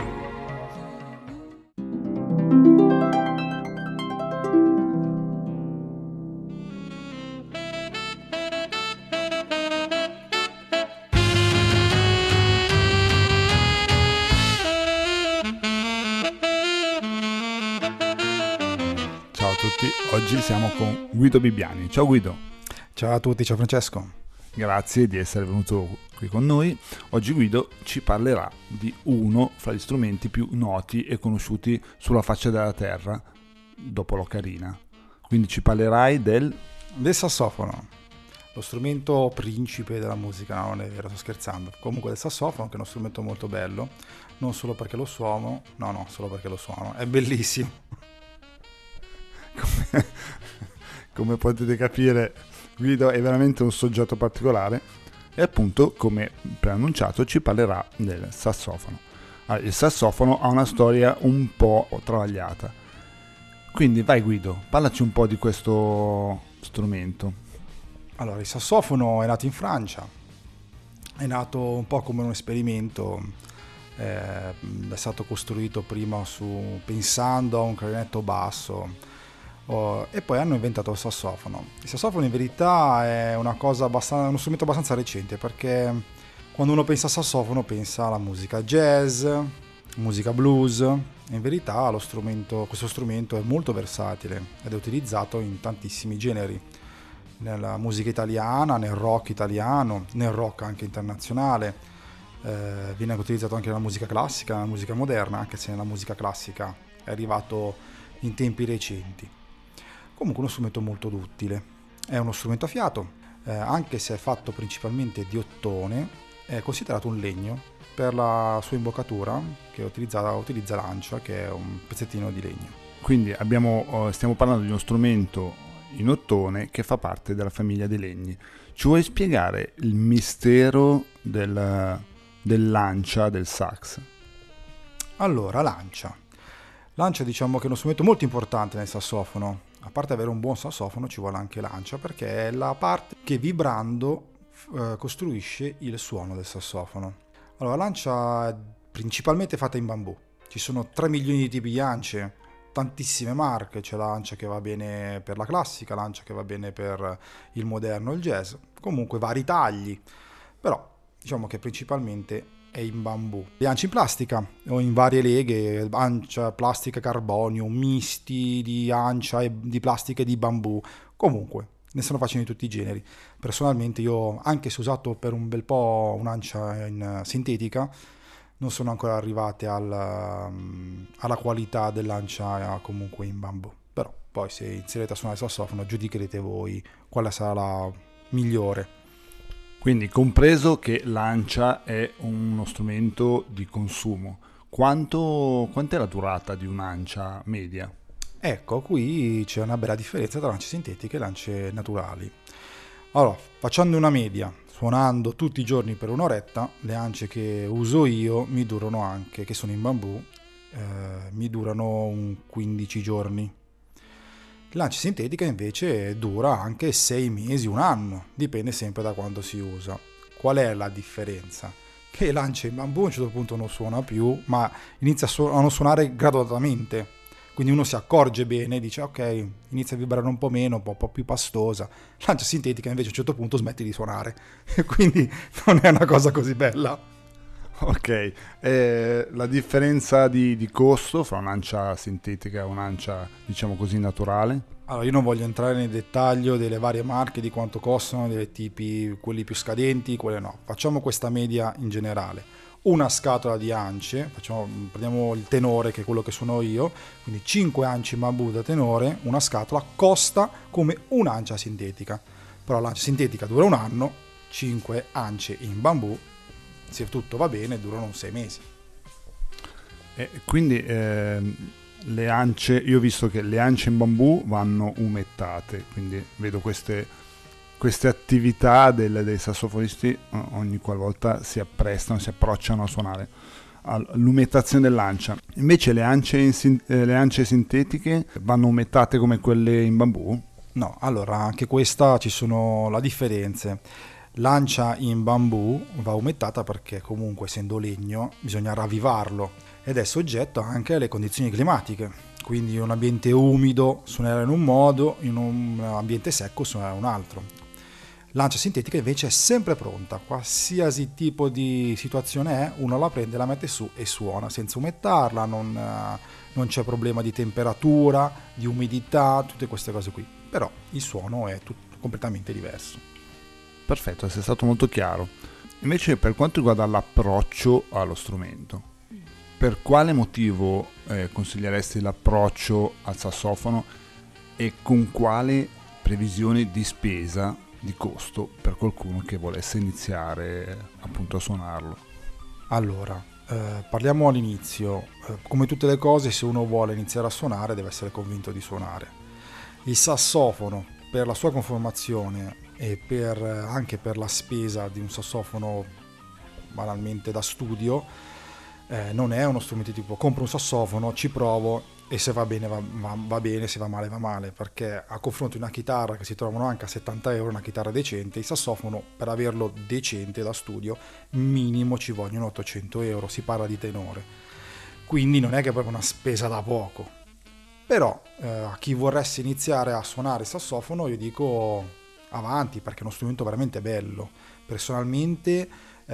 Ciao a tutti, oggi siamo con Guido Bibbiani. Ciao Guido. Ciao a tutti, ciao Francesco. Grazie di essere venuto qui con noi. Oggi Guido ci parlerà di uno fra gli strumenti più noti e conosciuti sulla faccia della terra dopo l'ocarina. Quindi ci parlerai del sassofono, lo strumento principe della musica. No, non è vero, sto scherzando. Comunque del sassofono, che è uno strumento molto bello, non solo perché lo suono, solo perché lo suono, è bellissimo. Come potete capire, Guido è veramente un soggetto particolare e appunto, come preannunciato, ci parlerà del sassofono. Allora, il sassofono ha una storia un po' travagliata, quindi vai Guido, parlaci un po' di questo strumento. Allora, il sassofono è nato in Francia, è nato un po' come un esperimento, è stato costruito prima pensando a un clarinetto basso, e poi hanno inventato il sassofono. Il sassofono in verità è uno strumento abbastanza recente, perché quando uno pensa a sassofono pensa alla musica jazz, musica blues. In verità questo strumento è molto versatile ed è utilizzato in tantissimi generi, nella musica italiana, nel rock italiano, nel rock anche internazionale. Viene utilizzato anche nella musica classica, nella musica moderna, anche se nella musica classica è arrivato in tempi recenti. Comunque uno strumento molto utile, è uno strumento a fiato, anche se è fatto principalmente di ottone, è considerato un legno per la sua imboccatura, che utilizza l'ancia, che è un pezzettino di legno. Quindi stiamo parlando di uno strumento in ottone che fa parte della famiglia dei legni. Ci vuoi spiegare il mistero dell'ancia del sax? Allora, l'Ancia diciamo che è uno strumento molto importante nel sassofono. A parte avere un buon sassofono ci vuole anche l'Ancia, perché è la parte che vibrando costruisce il suono del sassofono. Allora, l'Ancia è principalmente fatta in bambù. Ci sono 3 milioni di tipi di ance, tantissime marche. C'è l'Ancia che va bene per la classica, l'Ancia che va bene per il moderno e il jazz, comunque vari tagli, però diciamo che principalmente è in bambù. Le ance in plastica o in varie leghe, ancia, plastica, carbonio, misti di ancia e di plastica e di bambù, comunque ne stanno facendo di tutti i generi. Personalmente io, anche se ho usato per un bel po' un'ancia sintetica, non sono ancora arrivate alla qualità dell'ancia comunque in bambù. Però poi se inizierete a suonare il sassofono giudicherete voi quale sarà la migliore. Quindi, compreso che l'Ancia è uno strumento di consumo, quant'è la durata di un'Ancia media? Ecco, qui c'è una bella differenza tra lance sintetiche e lance naturali. Allora, facendo una media suonando tutti i giorni per un'oretta, le ance che uso io mi durano anche, che sono in bambù, mi durano un 15 giorni. L'ance sintetica invece dura anche 6 mesi, un anno, dipende sempre da quando si usa. Qual è la differenza? Che l'ance in bambù a un certo punto non suona più, ma inizia a non suonare gradualmente. Quindi uno si accorge bene e dice ok, inizia a vibrare un po' meno, un po' più pastosa. L'ance sintetica invece a un certo punto smette di suonare. Quindi non è una cosa così bella. Ok, la differenza di costo fra un'ancia sintetica e un'ancia, diciamo così, naturale? Allora, io non voglio entrare nel dettaglio delle varie marche, di quanto costano, dei tipi, quelli più scadenti, quelli no. Facciamo questa media in generale. Una scatola di ance, prendiamo il tenore che è quello che suono io, quindi 5 ance in bambù da tenore, una scatola costa come un'ancia sintetica. Però l'ancia sintetica dura un anno, 5 ance in bambù, se tutto va bene, durano 6 mesi. Quindi le ance, io ho visto che le ance in bambù vanno umettate, quindi vedo queste attività dei sassofonisti ogni qualvolta si approcciano a suonare l'umetazione dell'ancia. Invece le ance sintetiche vanno umettate come quelle in bambù? No, allora anche questa ci sono le differenze. L'ancia in bambù va umettata perché comunque essendo legno bisogna ravvivarlo ed è soggetto anche alle condizioni climatiche, quindi in un ambiente umido suonerà in un modo, in un ambiente secco suonerà in un altro. L'ancia sintetica invece è sempre pronta, qualsiasi tipo di situazione è, uno la prende, la mette su e suona senza umettarla, non c'è problema di temperatura, di umidità, tutte queste cose qui, però il suono è completamente diverso. Perfetto, sei stato molto chiaro. Invece per quanto riguarda l'approccio allo strumento, per quale motivo consiglieresti l'approccio al sassofono e con quale previsione di spesa, di costo per qualcuno che volesse iniziare appunto a suonarlo? Allora, parliamo all'inizio. Come tutte le cose, se uno vuole iniziare a suonare deve essere convinto di suonare. Il sassofono, per la sua conformazione e anche per la spesa di un sassofono banalmente da studio, non è uno strumento tipo compro un sassofono, ci provo e se va bene va bene, se va male, perché a confronto di una chitarra che si trovano anche a 70 euro, una chitarra decente, il sassofono per averlo decente da studio minimo ci vogliono 800 euro, si parla di tenore, quindi non è che è proprio una spesa da poco. Però a chi vorresse iniziare a suonare il sassofono io dico avanti, perché è uno strumento veramente bello. Personalmente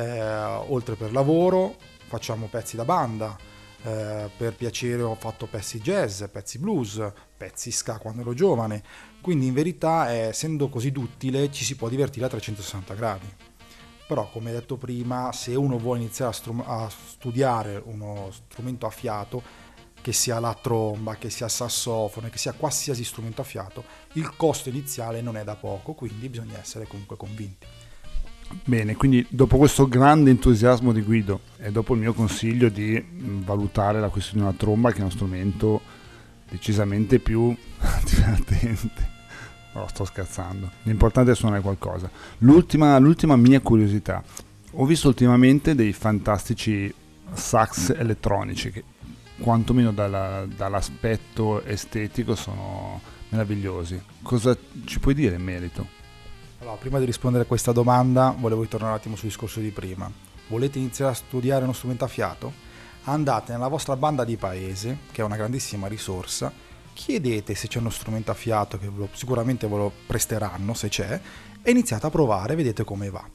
oltre per lavoro facciamo pezzi da banda, per piacere ho fatto pezzi jazz, pezzi blues, pezzi ska quando ero giovane, quindi in verità essendo così duttile ci si può divertire a 360 gradi. Però come detto prima, se uno vuole iniziare a studiare uno strumento a fiato, che sia la tromba, che sia il sassofono, che sia qualsiasi strumento a fiato, il costo iniziale non è da poco, quindi bisogna essere comunque convinti. Bene, quindi dopo questo grande entusiasmo di Guido e dopo il mio consiglio di valutare la questione di una tromba, che è uno strumento decisamente più divertente, no, sto scherzando, l'importante è suonare qualcosa. L'ultima mia curiosità, ho visto ultimamente dei fantastici sax elettronici che quantomeno dall'aspetto estetico sono meravigliosi. Cosa ci puoi dire in merito? Allora, prima di rispondere a questa domanda volevo ritornare un attimo sul discorso di prima. Volete iniziare a studiare uno strumento a fiato? Andate nella vostra banda di paese, che è una grandissima risorsa, chiedete se c'è uno strumento a fiato, che sicuramente ve lo presteranno se c'è, e iniziate a provare, vedete come va.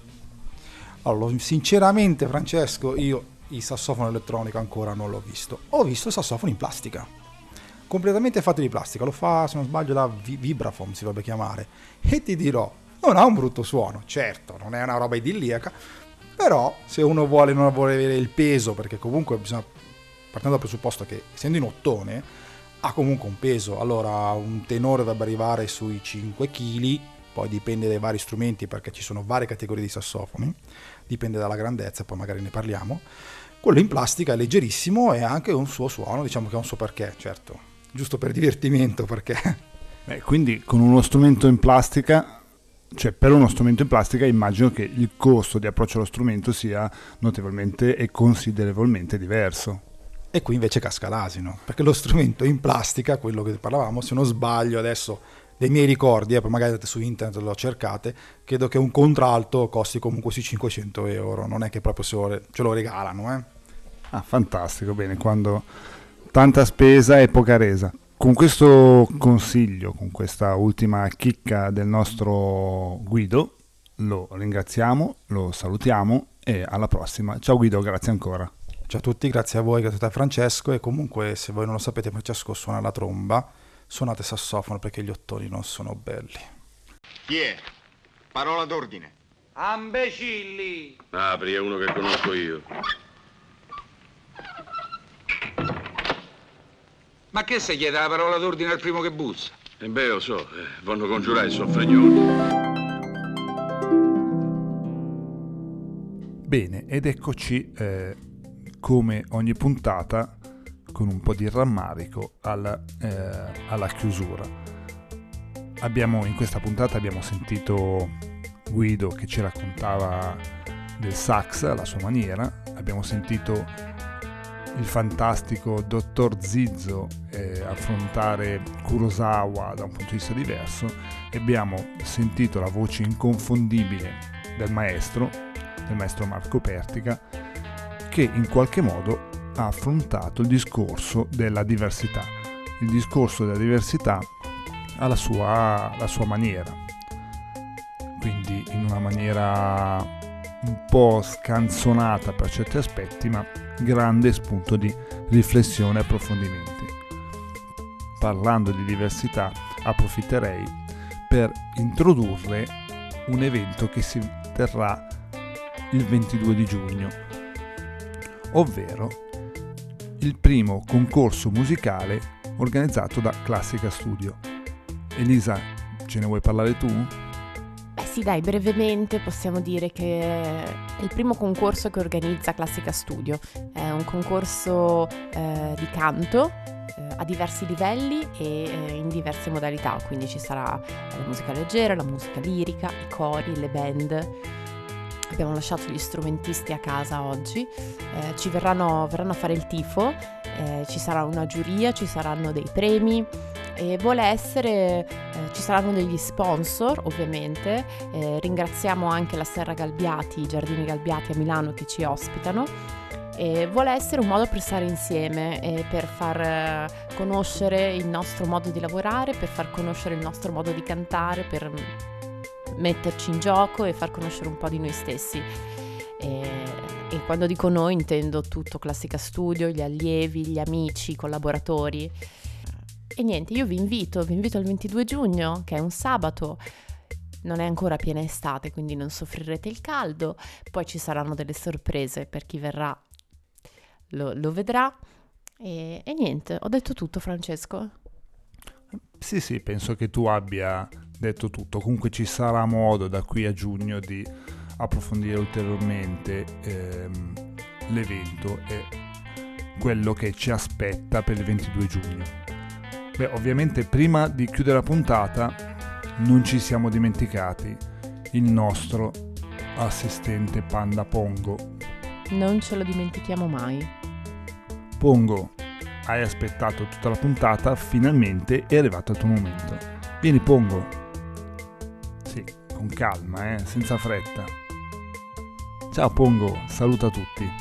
Allora, sinceramente Francesco, io il sassofono elettronico ancora non l'ho visto. Ho visto il sassofono in plastica, completamente fatto di plastica, lo fa, se non sbaglio, la Vibraphone si dovrebbe chiamare, e ti dirò, non ha un brutto suono, certo, non è una roba idilliaca, però se uno non vuole avere il peso, perché comunque bisogna, partendo dal presupposto che essendo in ottone, ha comunque un peso, allora un tenore dovrebbe arrivare sui 5 kg, poi dipende dai vari strumenti, perché ci sono varie categorie di sassofoni, dipende dalla grandezza, poi magari ne parliamo. Quello in plastica è leggerissimo e ha anche un suo suono, diciamo che ha un suo perché, certo, giusto per divertimento, perché... Quindi con uno strumento in plastica cioè per uno strumento in plastica immagino che il costo di approccio allo strumento sia notevolmente e considerevolmente diverso. E qui invece casca l'asino, perché lo strumento in plastica, quello che parlavamo, se non sbaglio adesso dei miei ricordi, poi magari andate su internet lo cercate, credo che un contralto costi comunque sui 500 euro, non è che proprio ce lo regalano. Ah, fantastico, bene, quando tanta spesa e poca resa. Con questo consiglio, con questa ultima chicca del nostro Guido, lo ringraziamo, lo salutiamo e alla prossima. Ciao Guido, grazie ancora. Ciao a tutti, grazie a voi, grazie a Francesco, e comunque se voi non lo sapete Francesco suona la tromba, suonate sassofono perché gli ottoni non sono belli. Chi è? Parola d'ordine. Ambecilli! Apri, è uno che conosco io. Ma che se chiede la parola d'ordine al primo che bussa? E beh, lo so, vanno congiurare i soffregnoni. Bene, ed eccoci come ogni puntata con un po' di rammarico alla chiusura. In questa puntata abbiamo sentito Guido che ci raccontava del sax alla sua maniera, abbiamo sentito il fantastico dottor Zizzo affrontare Kurosawa da un punto di vista diverso, e abbiamo sentito la voce inconfondibile del maestro Marco Pertica, che in qualche modo ha affrontato il discorso della diversità alla sua maniera, quindi in una maniera un po' scanzonata per certi aspetti, ma grande spunto di riflessione e approfondimenti. Parlando di diversità, approfitterei per introdurre un evento che si terrà il 22 di giugno, ovvero il primo concorso musicale organizzato da Classica Studio. Elisa, ce ne vuoi parlare tu? Sì, dai, brevemente possiamo dire che è il primo concorso che organizza Classica Studio. È un concorso di canto a diversi livelli e in diverse modalità, quindi ci sarà la musica leggera, la musica lirica, i cori, le band. Abbiamo lasciato gli strumentisti a casa oggi, ci verranno a fare il tifo, ci sarà una giuria, ci saranno dei premi e ci saranno degli sponsor ovviamente. Ringraziamo anche la Serra Galbiati, i Giardini Galbiati a Milano che ci ospitano, e vuole essere un modo per stare insieme e per far conoscere il nostro modo di lavorare, per far conoscere il nostro modo di cantare, per metterci in gioco e far conoscere un po' di noi stessi. E quando dico noi intendo tutto Classica Studio, gli allievi, gli amici, i collaboratori. E niente, io vi invito al 22 giugno, che è un sabato. Non è ancora piena estate, quindi non soffrirete il caldo. Poi ci saranno delle sorprese per chi verrà, lo vedrà. E niente, ho detto tutto, Francesco? Sì, penso che tu abbia detto tutto. Comunque ci sarà modo da qui a giugno di approfondire ulteriormente l'evento e quello che ci aspetta per il 22 giugno. Beh, ovviamente prima di chiudere la puntata non ci siamo dimenticati il nostro assistente Panda Pongo. Non ce lo dimentichiamo mai. Pongo, hai aspettato tutta la puntata, finalmente è arrivato il tuo momento. Vieni Pongo. Sì, con calma, senza fretta. Ciao Pongo, saluta tutti.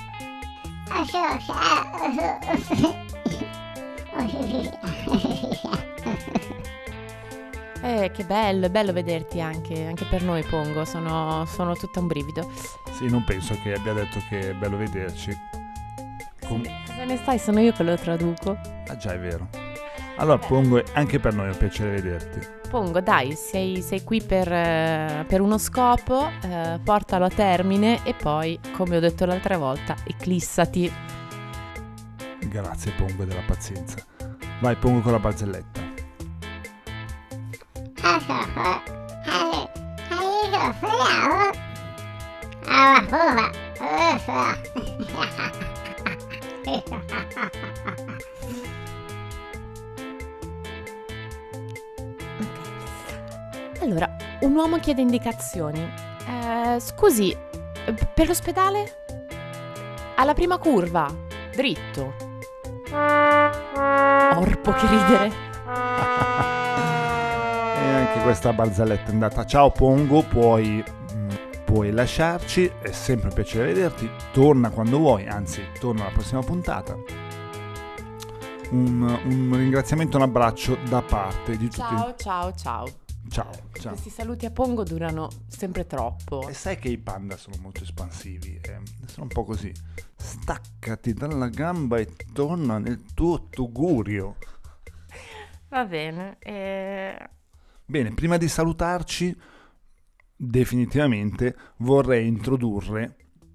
Che bello, è bello vederti anche per noi Pongo, sono tutta un brivido. Sì, non penso che abbia detto che è bello vederci. Cosa ne sai, sono io che lo traduco. Ah già, è vero. Allora Pongo, anche per noi è un piacere vederti. Pongo, dai, sei qui per uno scopo, portalo a termine e poi, come ho detto l'altra volta, eclissati. Grazie Pongo della pazienza. Vai Pongo con la barzelletta. Allora, Un uomo chiede indicazioni. Scusi, per l'ospedale? Alla prima curva, dritto. Orpo, che ridere. E anche questa barzelletta è andata. Ciao Pongo, puoi lasciarci, è sempre un piacere vederti, torna quando vuoi, anzi torna alla prossima puntata. Un ringraziamento, un abbraccio da parte di tutti. Ciao. Questi saluti a Pongo durano sempre troppo. E sai che i panda sono molto espansivi, sono un po' così. Staccati dalla gamba e torna nel tuo tugurio. Va bene. Bene, prima di salutarci, definitivamente vorrei introdurre...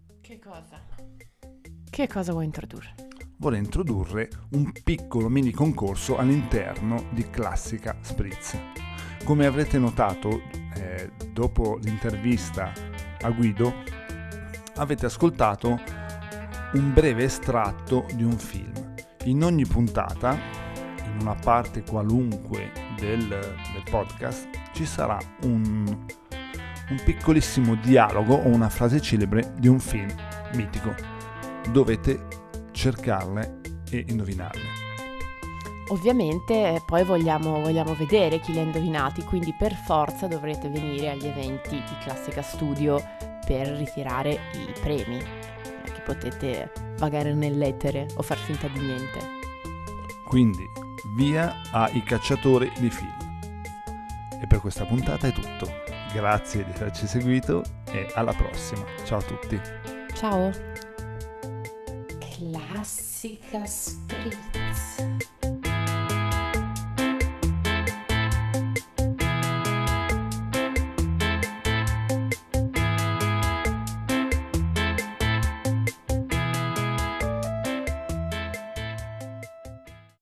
Che cosa vuoi introdurre? Vorrei introdurre un piccolo mini concorso all'interno di Classica Spritz. Come avrete notato, dopo l'intervista a Guido, avete ascoltato un breve estratto di un film. In ogni puntata, in una parte qualunque del podcast, ci sarà un piccolissimo dialogo o una frase celebre di un film mitico. Dovete cercarle e indovinarle. Ovviamente poi vogliamo vedere chi li ha indovinati, quindi per forza dovrete venire agli eventi di Classica Studio per ritirare i premi, che potete vagare nell'etere o far finta di niente. Quindi via ai cacciatori di film. E per questa puntata è tutto. Grazie di averci seguito e alla prossima. Ciao a tutti. Ciao. Classica Spritz.